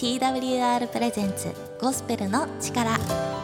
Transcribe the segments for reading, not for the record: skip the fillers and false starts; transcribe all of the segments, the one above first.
TWR プレゼンツゴスペルの力。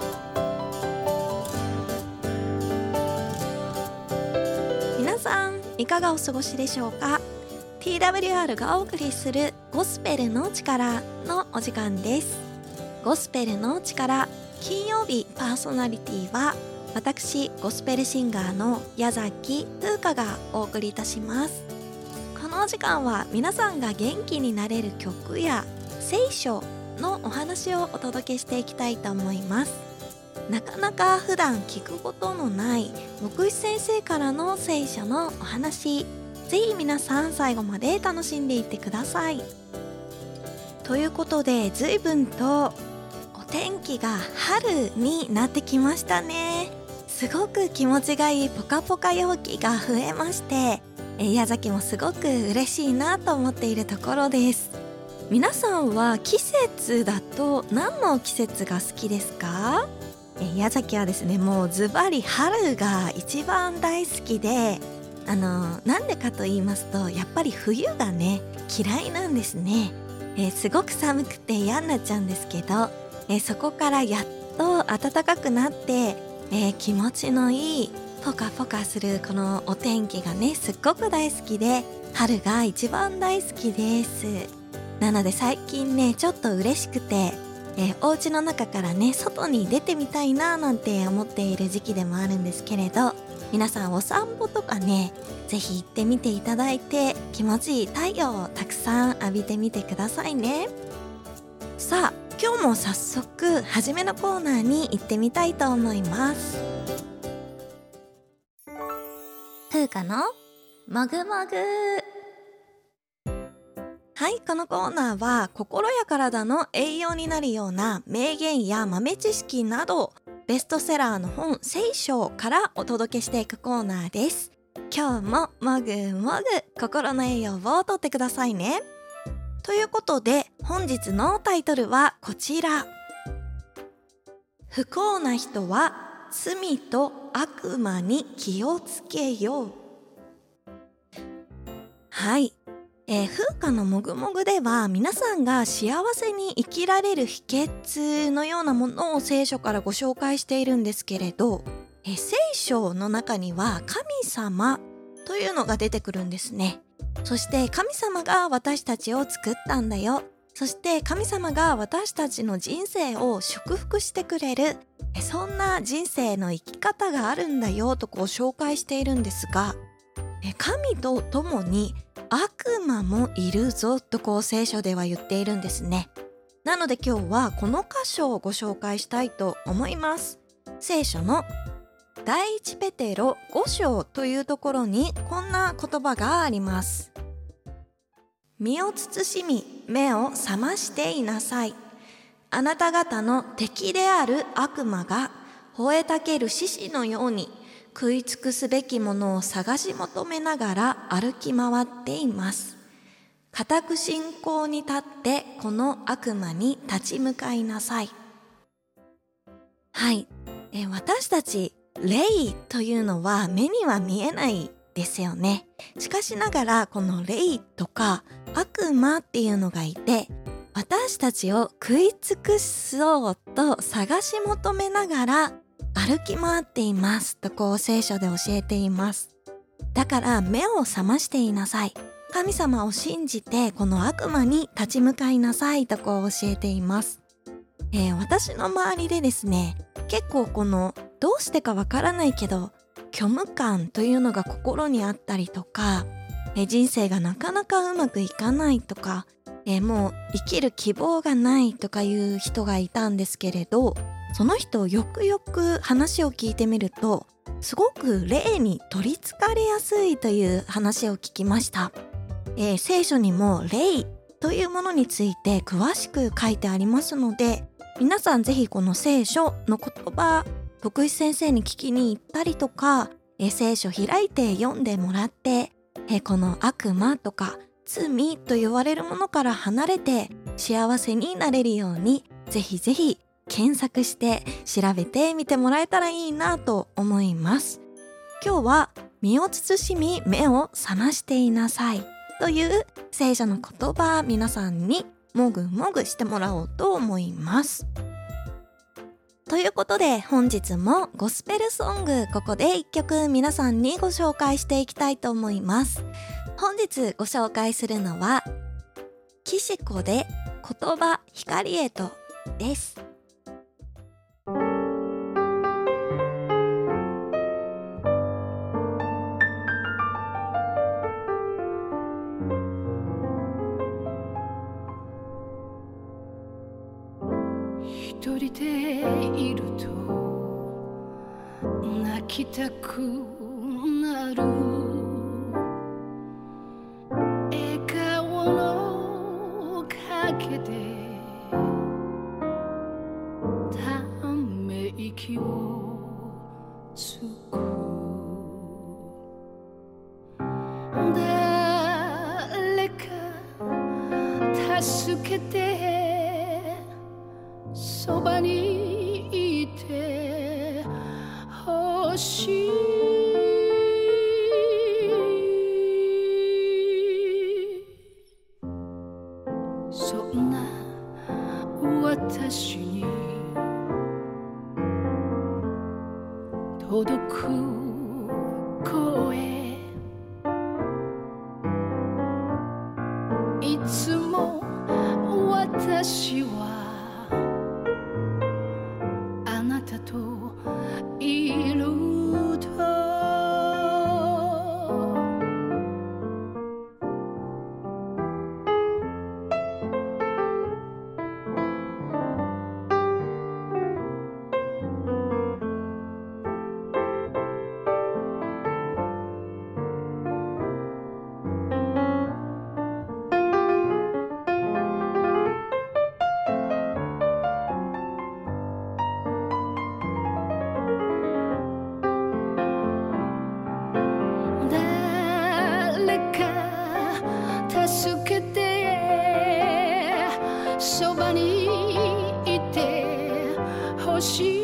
皆さんいかがお過ごしでしょうか。 TWR がお送りするゴスペルの力のお時間です。ゴスペルの力、金曜日パーソナリティは私ゴスペルシンガーの矢崎風花がお送りいたします。この時間は皆さんが元気になれる曲や聖書のお話をお届けしていきたいと思います。なかなか普段聞くことのない牧師先生からの聖書のお話、ぜひ皆さん最後まで楽しんでいってください。ということで、随分とお天気が春になってきましたね。すごく気持ちがいいポカポカ陽気が増えまして、矢崎もすごく嬉しいなと思っているところです。皆さんは季節だと何の季節が好きですか？矢崎はですね、もうズバリ春が一番大好きで、なんでかと言いますと、やっぱり冬がね嫌いなんですね。すごく寒くて嫌になっちゃうんですけど、そこからやっと暖かくなって、気持ちのいいポカポカするこのお天気がねすっごく大好きで、春が一番大好きです。なので最近ねちょっと嬉しくて、お家の中からね外に出てみたいななんて思っている時期でもあるんですけれど、皆さんお散歩とかねぜひ行ってみていただいて、気持ちいい太陽をたくさん浴びてみてくださいね。さあ今日も早速初めのコーナーに行ってみたいと思います。風花のもぐもぐ。はい、このコーナーは心や体の栄養になるような名言や豆知識など、ベストセラーの本聖書からお届けしていくコーナーです。今日ももぐもぐ心の栄養をとってくださいね。ということで本日のタイトルはこちら。不幸な人は罪と悪魔に気をつけよう。はい、風花のもぐもぐでは皆さんが幸せに生きられる秘訣のようなものを聖書からご紹介しているんですけれど、聖書の中には神様というのが出てくるんですね。そして神様が私たちを作ったんだよ、そして神様が私たちの人生を祝福してくれる、そんな人生の生き方があるんだよと紹介しているんですが、神と共に悪魔もいるぞと聖書では言っているんですね。なので今日はこの箇所をご紹介したいと思います。聖書の第一ペテロ5章というところにこんな言葉があります。身を慎み目を覚ましていなさい。あなた方の敵である悪魔が吠えたける獅子のように食い尽くすべきものを探し求めながら歩き回っています。固く信仰に立ってこの悪魔に立ち向かいなさい。はい、私たち霊というのは目には見えないですよね。しかしながらこの霊とか悪魔っていうのがいて、私たちを食い尽くそうと探し求めながら歩き回っていますと聖書で教えています。だから目を覚ましていなさい。神様を信じてこの悪魔に立ち向かいなさいと教えています。私の周りでですね、結構どうしてかわからないけど虚無感というのが心にあったりとか、人生がなかなかうまくいかないとか、もう生きる希望がないとかいう人がいたんですけれど、その人をよくよく話を聞いてみると、すごく霊に取りつかれやすいという話を聞きました。聖書にも霊というものについて詳しく書いてありますので、皆さんぜひこの聖書の言葉、牧師先生に聞きに行ったりとか、聖書開いて読んでもらって、この悪魔とか罪と言われるものから離れて幸せになれるように、ぜひぜひ検索して調べてみてもらえたらいいなと思います。今日は身を慎み目を覚ましていなさいという聖書の言葉、皆さんにもぐもぐしてもらおうと思います。ということで本日もゴスペルソング、ここで1曲皆さんにご紹介していきたいと思います。本日ご紹介するのは岸子で言葉光へとです。 一人でいると泣きたくなる、笑顔の陰でため息をつく、誰か助けてそばにいてほしい、そんな私に届く声、いつも私はあなたといると助けてそばにいてほし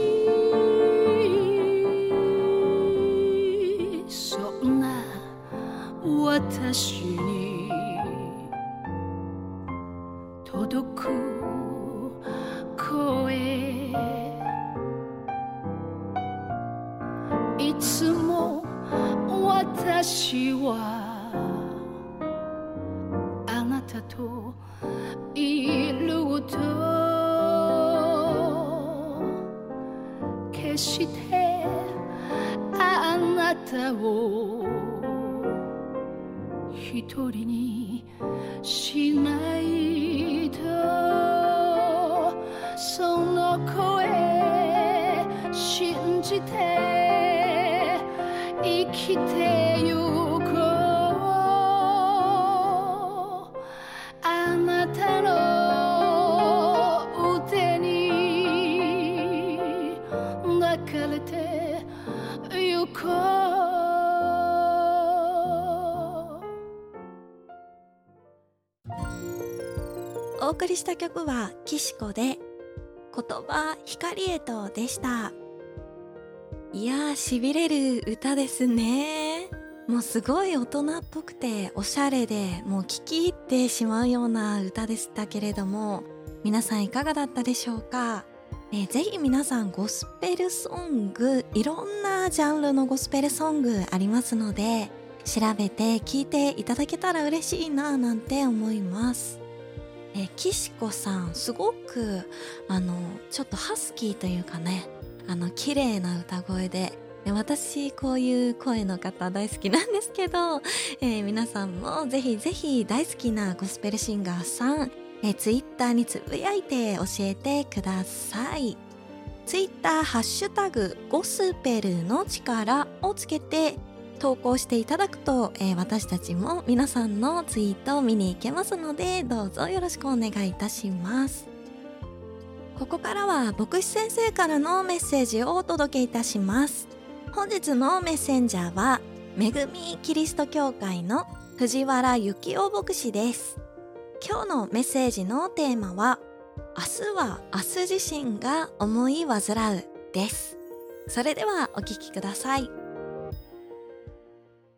い、そんな私に届く声、いつも私はあなたといると、決してあなたを一人にしないと、その声信じて生きてゆこう、あなたの腕に抱かれてゆこう。 お送りした曲は岸子で言葉光へとでした。いやー、痺れる歌ですね。もうすごい大人っぽくておしゃれで、もう聞き入ってしまうような歌でしたけれども、皆さんいかがだったでしょうか。ぜひ皆さんゴスペルソング、いろんなジャンルのゴスペルソングありますので、調べて聞いていただけたら嬉しいななんて思います。岸子さんすごくちょっとハスキーというかね、綺麗な歌声で、私こういう声の方大好きなんですけど、皆さんもぜひぜひ大好きなゴスペルシンガーさん、ツイッターにつぶやいて教えてください。ツイッターハッシュタグゴスペルの力をつけて投稿していただくと、私たちも皆さんのツイートを見に行けますので、どうぞよろしくお願いいたします。ここからは牧師先生からのメッセージをお届けいたします。本日のメッセンジャーは恵みキリスト教会の藤原幸男牧師です。今日のメッセージのテーマは、明日は明日自身が思い煩うです。それではお聞きください。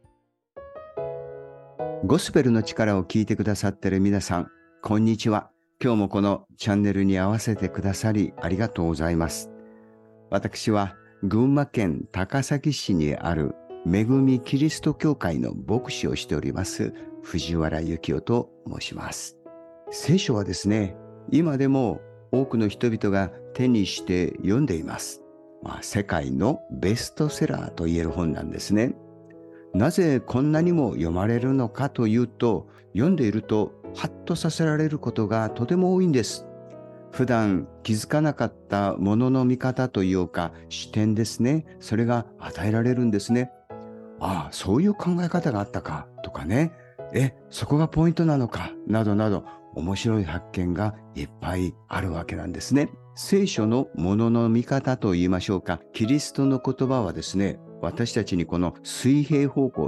ゴスペルの力を聞いてくださっている皆さん、こんにちは。 今日もこのチャンネルに合わせてくださりありがとうございます。私は群馬県高崎市にある恵みキリスト教会の牧師をしております藤原幸男と申します。聖書はですね、今でも多くの人々が手にして読んでいます。世界のベストセラーと言える本なんですね。なぜこんなにも読まれるのかというと、読んでいるとハッとさせられることがとても多いんです。普段気づかなかったものの見方というか視点ですね。それが与えられるんですね。ああ、そういう考え方があったかとかね。そこがポイントなのかなどなど面白い発見がいっぱいあるわけなんですね。聖書のものの見方と言いましょうか。キリストの言葉はですね、私たちにこの水平方向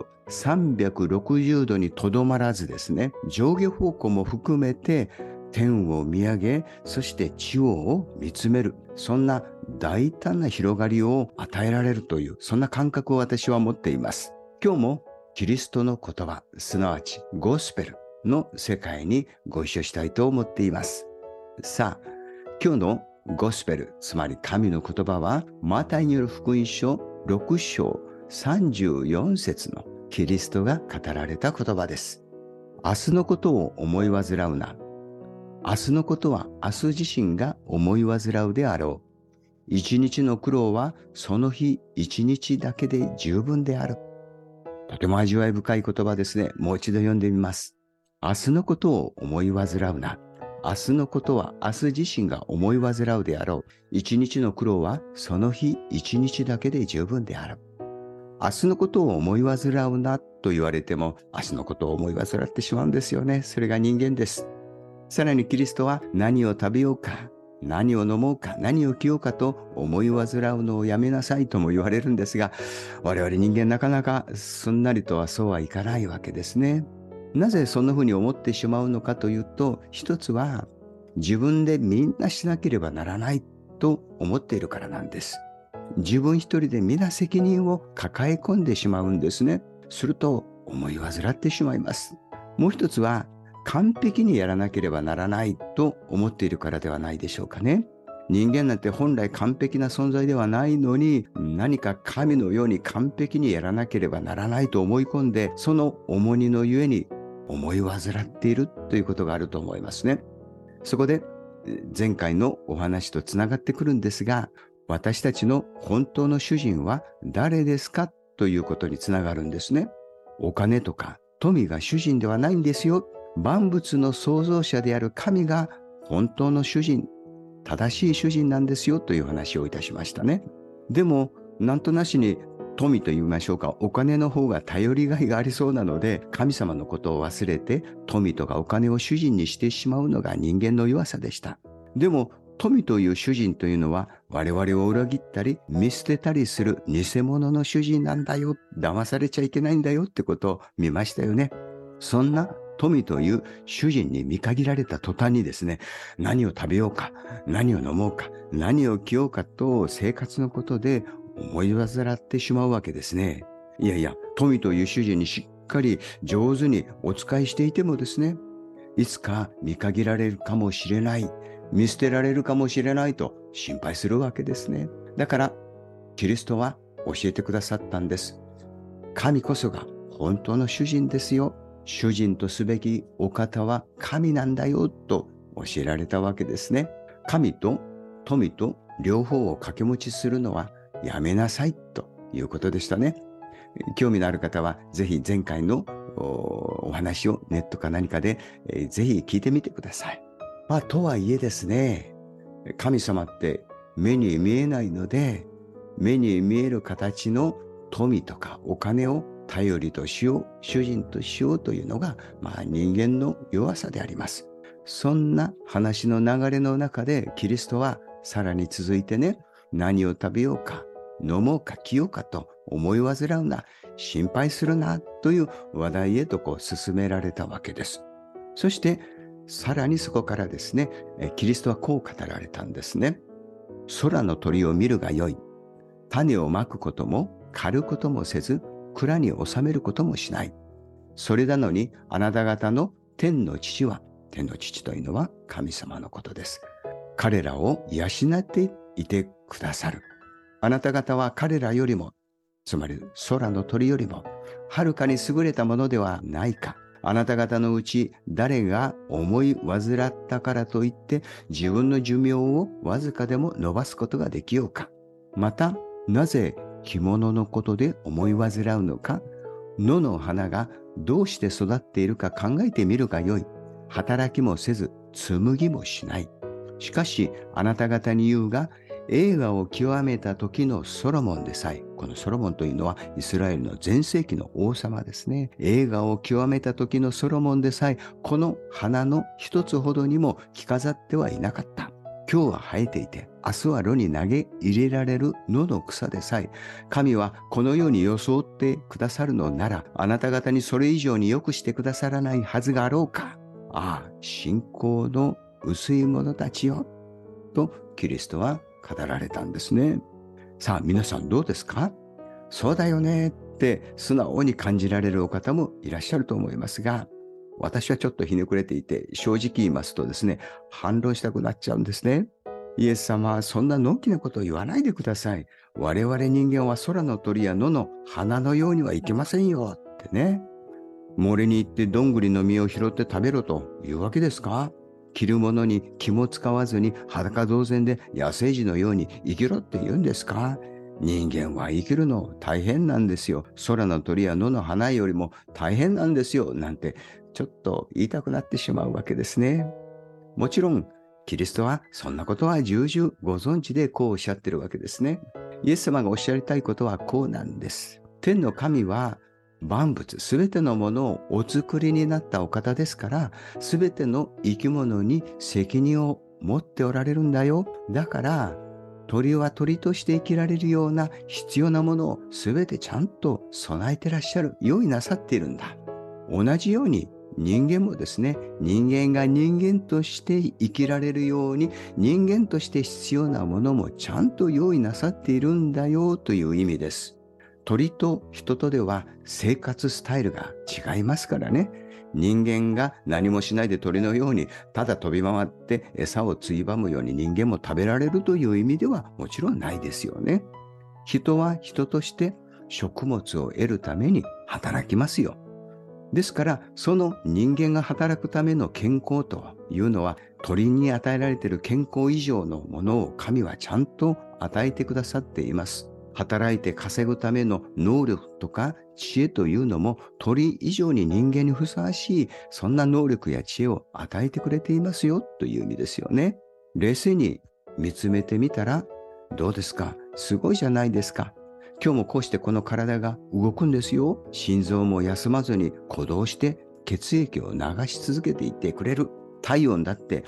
360度にとどまらずですね、上下方向も含めて天を見上げ、そして地を見つめる。そんな大胆な広がりを与えられるという、そんな感覚を私は持っています。今日もキリストの言葉、すなわちゴスペルの世界にご一緒したいと思っています。さあ、今日のゴスペル、つまり神の言葉は、マタイによる福音書6章34節のキリストが語られた言葉です。明日のことを思い煩うな。明日のことは明日自身が思い煩うであろう。一日の苦労はその日一日だけで十分である。とても味わい深い言葉ですね。もう一度読んでみます。明日のことを思い煩うな。明日のことは明日自身が思い煩うであろう。一日の苦労はその日一日だけで十分である。明日のことを思い煩うなと言われても、明日のことを思い煩ってしまうんですよね。それが人間です。さらにキリストは何を食べようか、何を飲もうか、何を着ようかと思い煩うのをやめなさいとも言われるんですが、我々人間なかなかすんなりとはそうはいかないわけですね。なぜそんなふうに思ってしまうのかというと、一つは自分でみんなしなければならないと思っているからなんです。自分一人で皆責任を抱え込んでしまうんですね。すると思い煩ってしまいます。もう一つは完璧にやらなければならないと思っているからではないでしょうかね。人間なんて本来完璧な存在ではないのに、何か神のように完璧にやらなければならないと思い込んで、その重荷のゆえに思い煩っているということがあると思いますね。そこで前回のお話とつながってくるんですが、私たちの本当の主人は誰ですかということにつながるんですね。お金とか富が主人ではないんですよ。万物の創造者である神が本当の主人、正しい主人なんですよという話をいたしましたね。でもなんとなしに富と言いましょうか、お金の方が頼りがいがありそうなので、神様のことを忘れて富とかお金を主人にしてしまうのが人間の弱さでした。でも富という主人というのは我々を裏切ったり見捨てたりする偽物の主人なんだよ、騙されちゃいけないんだよってことを見ましたよね。そんな富という主人に見限られた途端にですね、何を食べようか、何を飲もうか、何を着ようかと生活のことで思い煩ってしまうわけですね。いやいや、富という主人にしっかり上手にお仕えしていてもですね、いつか見限られるかもしれない、見捨てられるかもしれないと心配するわけですね。だからキリストは教えてくださったんです。神こそが本当の主人ですよ。主人とすべきお方は神なんだよと教えられたわけですね。神と富と両方を掛け持ちするのはやめなさいということでしたね。興味のある方はぜひ前回のお話をネットか何かでぜひ聞いてみてください。とはいえですね、神様って目に見えないので、目に見える形の富とかお金を頼りとしよう、主人としようというのが、人間の弱さであります。そんな話の流れの中でキリストはさらに続いてね、何を食べようか、飲もうか、着ようかと思い煩うな、心配するなという話題へと進められたわけです。そしてさらにそこからですね、キリストはこう語られたんですね。空の鳥を見るがよい。種をまくことも刈ることもせず、蔵に収めることもしない。それなのにあなた方の天の父は天の父というのは神様のことです。彼らを養っていてくださる。あなた方は彼らよりも、つまり空の鳥よりも、はるかに優れたものではないか。あなた方のうち誰が思い患ったからといって自分の寿命をわずかでも伸ばすことができようか。また、なぜ着物のことで思い患うのか。野の花がどうして育っているか考えてみるがよい。働きもせず、紡ぎもしない。しかし、あなた方に言うが、栄華を極めた時のソロモンでさえ、このソロモンというのはイスラエルの全盛期の王様ですね。栄華を極めた時のソロモンでさえ、この花の一つほどにも着飾ってはいなかった。今日は生えていて、明日は炉に投げ入れられる野の草でさえ、神はこのように装ってくださるのなら、あなた方にそれ以上に良くしてくださらないはずがあろうか。ああ、信仰の薄い者たちよ。とキリストは語られたんですね。さあ皆さんどうですか？そうだよねって素直に感じられるお方もいらっしゃると思いますが、私はちょっとひねくれていて、正直言いますとですね、反論したくなっちゃうんですね。イエス様はそんなのんきなことを言わないでください。我々人間は空の鳥や野の花のようにはいけませんよってね。森に行ってどんぐりの実を拾って食べろというわけですか？着るものに気も使わずに裸同然で野生児のように生きろって言うんですか？人間は生きるの大変なんですよ。空の鳥や野の花よりも大変なんですよ。なんてちょっと言いたくなってしまうわけですね。もちろん、キリストはそんなことは重々ご存知でこうおっしゃってるわけですね。イエス様がおっしゃりたいことはこうなんです。天の神は万物すべてのものをお作りになったお方ですから、すべての生き物に責任を持っておられるんだよ。だから鳥は鳥として生きられるような必要なものをすべてちゃんと備えてらっしゃる、用意なさっているんだ。同じように人間もですね、人間が人間として生きられるように、人間として必要なものもちゃんと用意なさっているんだよという意味です。鳥と人とでは生活スタイルが違いますからね。人間が何もしないで鳥のようにただ飛び回って餌をついばむように人間も食べられるという意味ではもちろんないですよね。人は人として食物を得るために働きますよ。ですからその人間が働くための健康というのは鳥に与えられている健康以上のものを神はちゃんと与えてくださっています。働いて稼ぐための能力とか知恵というのも鳥以上に人間にふさわしいそんな能力や知恵を与えてくれていますよという意味ですよね。冷静に見つめてみたらどうですか？すごいじゃないですか。今日もこうしてこの体が動くんですよ。心臓も休まずに鼓動して血液を流し続けていってくれる。体温だって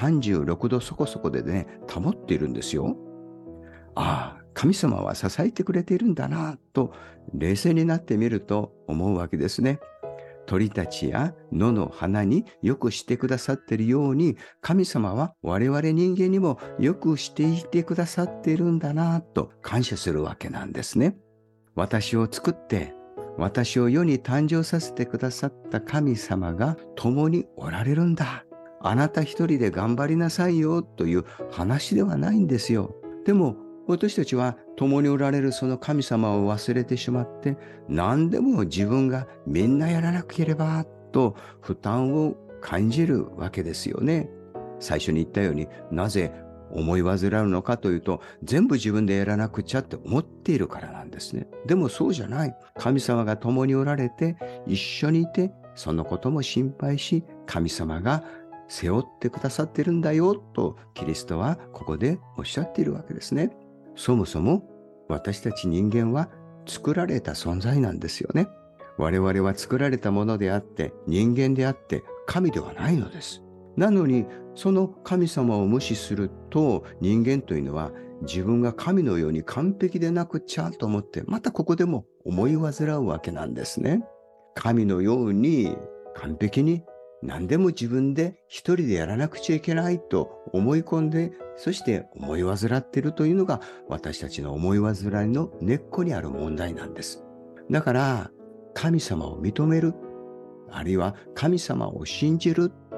36度そこそこでね、保っているんですよ。ああ、神様は支えてくれているんだなと冷静になってみると思うわけですね。鳥たちや野の花によくしてくださっているように、神様は我々人間にもよくしていてくださっているんだなと感謝するわけなんですね。私を作って私を世に誕生させてくださった神様が共におられるんだ。あなた一人で頑張りなさいよという話ではないんですよ。でも私たちは共におられるその神様を忘れてしまって、何でも自分がみんなやらなければと負担を感じるわけですよね。最初に言ったように、なぜ思い煩うのかというと、全部自分でやらなくちゃって思っているからなんですね。でもそうじゃない。神様が共におられて、一緒にいて、そのことも心配し、神様が背負ってくださってるんだよとキリストはここでおっしゃっているわけですね。そもそも私たち人間は作られた存在なんですよね。我々は作られたものであって人間であって神ではないのです。なのにその神様を無視すると、人間というのは自分が神のように完璧でなくちゃと思ってまたここでも思い煩うわけなんですね。神のように完璧に何でも自分で一人でやらなくちゃいけないと思い込んで、そして思い煩っているというのが私たちの思い煩いの根っこにある問題なんです。だから神様を認める、あるいは神様を信じる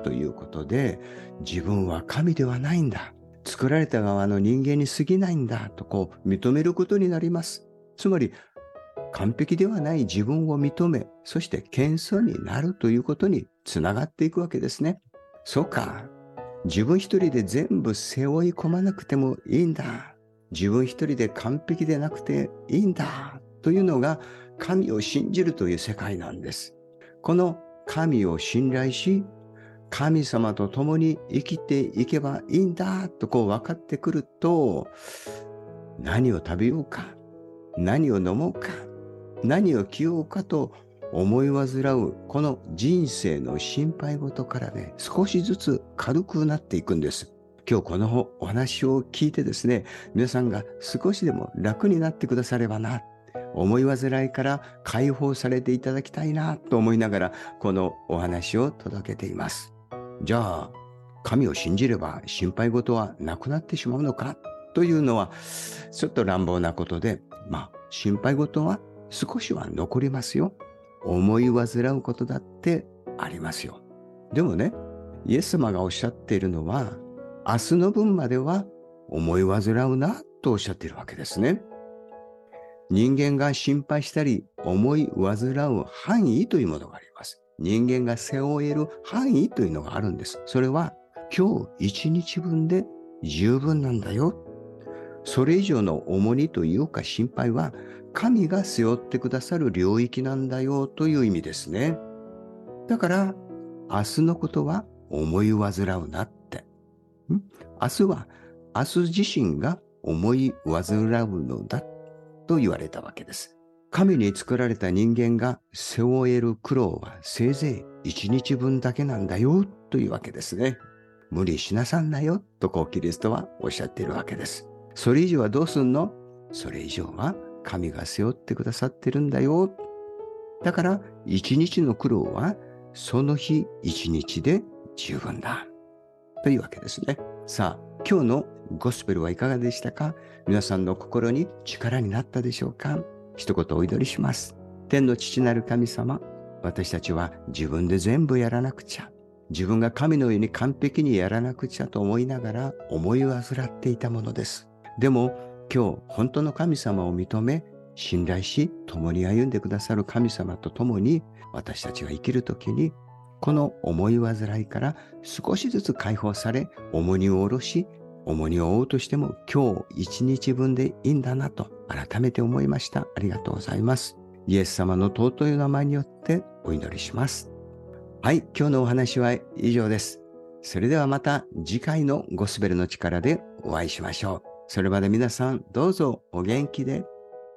ということで、自分は神ではないんだ。作られた側の人間に過ぎないんだと認めることになります。つまり、完璧ではない自分を認め、そして謙遜になるということにつながっていくわけですね。そうか。自分一人で全部背負い込まなくてもいいんだ。自分一人で完璧でなくていいんだ。というのが神を信じるという世界なんです。この神を信頼し、神様と共に生きていけばいいんだと分かってくると、何を食べようか、何を飲もうか、何を着ようかと思い煩うこの人生の心配事からね、少しずつ軽くなっていくんです。今日このお話を聞いてですね、皆さんが少しでも楽になってくださればな、思い煩いから解放されていただきたいなと思いながら、このお話を届けています。じゃあ、神を信じれば心配事はなくなってしまうのかというのは、ちょっと乱暴なことで、心配事は少しは残りますよ。思い煩うことだってありますよ。でもね、イエス様がおっしゃっているのは、明日の分までは思い煩うなとおっしゃっているわけですね。人間が心配したり思い煩う範囲というものがあります。人間が背負える範囲というのがあるんです。それは今日一日分で十分なんだよ。それ以上の重荷というか心配は神が背負ってくださる領域なんだよという意味ですね。だから明日のことは思い煩うなって。明日は明日自身が思い煩うのだと言われたわけです。神に作られた人間が背負える苦労はせいぜい一日分だけなんだよというわけですね。無理しなさんなよとキリストはおっしゃっているわけです。それ以上はどうすんの？それ以上は神が背負ってくださってるんだよ。だから一日の苦労はその日一日で十分だというわけですね。さあ、今日のゴスペルはいかがでしたか？皆さんの心に力になったでしょうか？一言お祈りします。天の父なる神様、私たちは自分で全部やらなくちゃ、自分が神のように完璧にやらなくちゃと思いながら思い煩っていたものです。でも今日本当の神様を認め、信頼し、共に歩んでくださる神様と共に私たちが生きるときに、この思い煩いから少しずつ解放され、重荷を下ろし、重荷を負うとしても今日一日分でいいんだなと改めて思いました。ありがとうございます。イエス様の尊い名前によってお祈りします。はい、今日のお話は以上です。それではまた次回のゴスペルの力でお会いしましょう。それまで皆さんどうぞお元気で。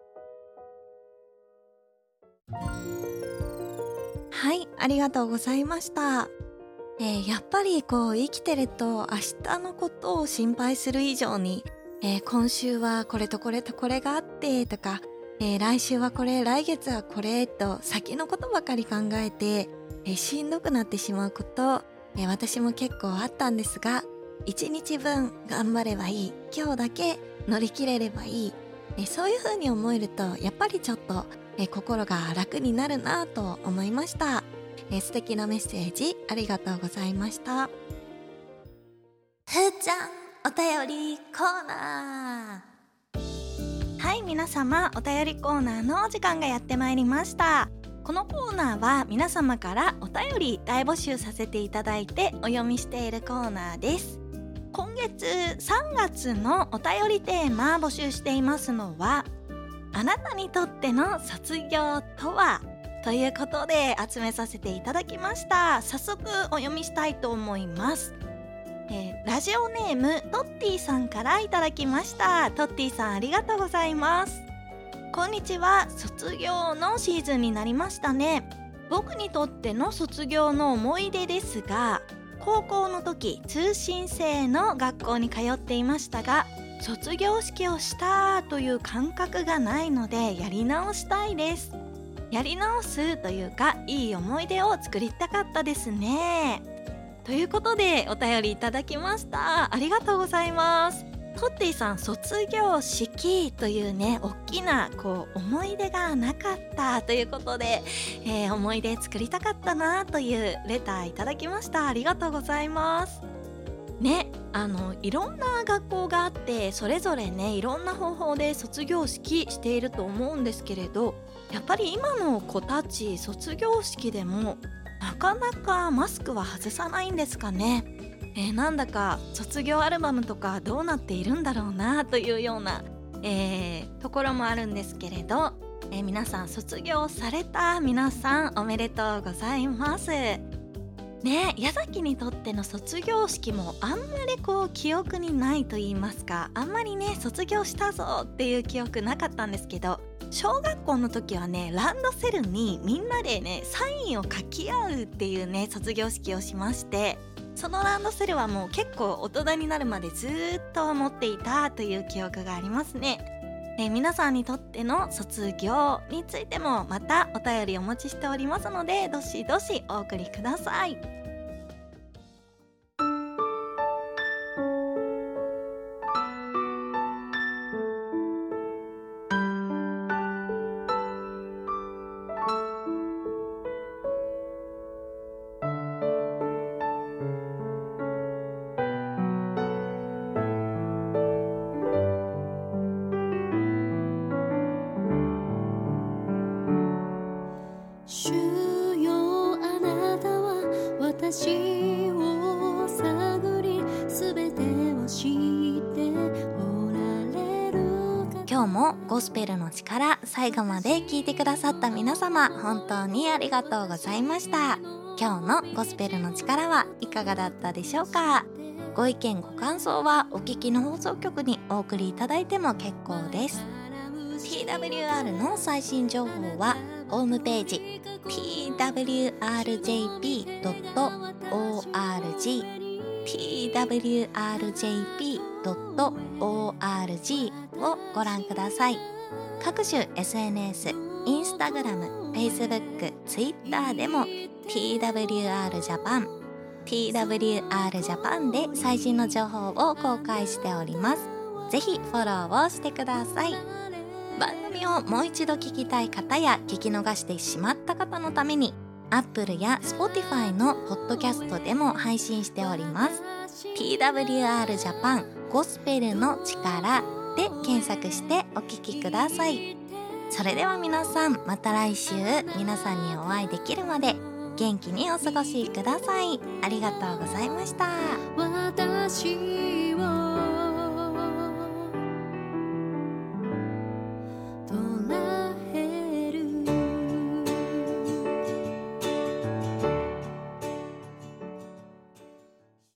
はい、ありがとうございました。やっぱり生きてると明日のことを心配する以上に、今週はこれとこれとこれがあってとか、来週はこれ、来月はこれと先のことばかり考えて、しんどくなってしまうこと、私も結構あったんですが、一日分頑張ればいい、今日だけ乗り切れればいい、そういう風に思えるとやっぱりちょっと、心が楽になるなと思いました。素敵なメッセージありがとうございました。ふーちゃんお便りコーナー。はい、皆様お便りコーナーのお時間がやってまいりました。このコーナーは皆様からお便り大募集させていただいてお読みしているコーナーです。今月3月のお便りテーマ募集していますのは、あなたにとっての卒業とはということで集めさせていただきました。早速お読みしたいと思います。ラジオネームトッティさんからいただきました。トッティさんありがとうございます。こんにちは。卒業のシーズンになりましたね。僕にとっての卒業の思い出ですが、高校の時通信制の学校に通っていましたが、卒業式をしたという感覚がないのでやり直したいです。やり直すというか、いい思い出を作りたかったですね。ということでお便りいただきました。ありがとうございます。 トッティさん、卒業式というね大きな思い出がなかったということで、思い出作りたかったなというレターいただきました。ありがとうございますね。いろんな学校があってそれぞれねいろんな方法で卒業式していると思うんですけれど、やっぱり今の子たち卒業式でもなかなかマスクは外さないんですかね。なんだか卒業アルバムとかどうなっているんだろうなというような、ところもあるんですけれど、皆さん卒業された皆さんおめでとうございますね。矢崎にとっての卒業式もあんまり記憶にないと言いますか、あんまりね卒業したぞっていう記憶なかったんですけど、小学校の時はねランドセルにみんなでねサインを書き合うっていうね卒業式をしまして、そのランドセルはもう結構大人になるまでずーっと持っていたという記憶がありますね。皆さんにとっての卒業についてもまたお便りお待ちしておりますので、どしどしお送りください。 主よ、あなたは私を探り、すべてを知っておられるか。 今日もゴスペルの力、最後まで聞いてくださった皆様、本当にありがとうございました。今日のゴスペルの力はいかがだったでしょうか。ご意見ご感想はお聞きの放送局にお送りいただいても結構です。 TWR の最新情報はホームページ twrjp.org twrjp.org をご覧ください。各種 SNS、インスタグラム、Facebook、Twitter でも TWR Japan で最新の情報を公開しております。ぜひフォローをしてください。番組をもう一度聞きたい方や聞き逃してしまった方のために Apple や Spotify のポッドキャストでも配信しております。 TWR Japan ゴスペルの力で検索してお聞きください。それでは皆さん、また来週皆さんにお会いできるまで元気にお過ごしください。ありがとうございました。 私を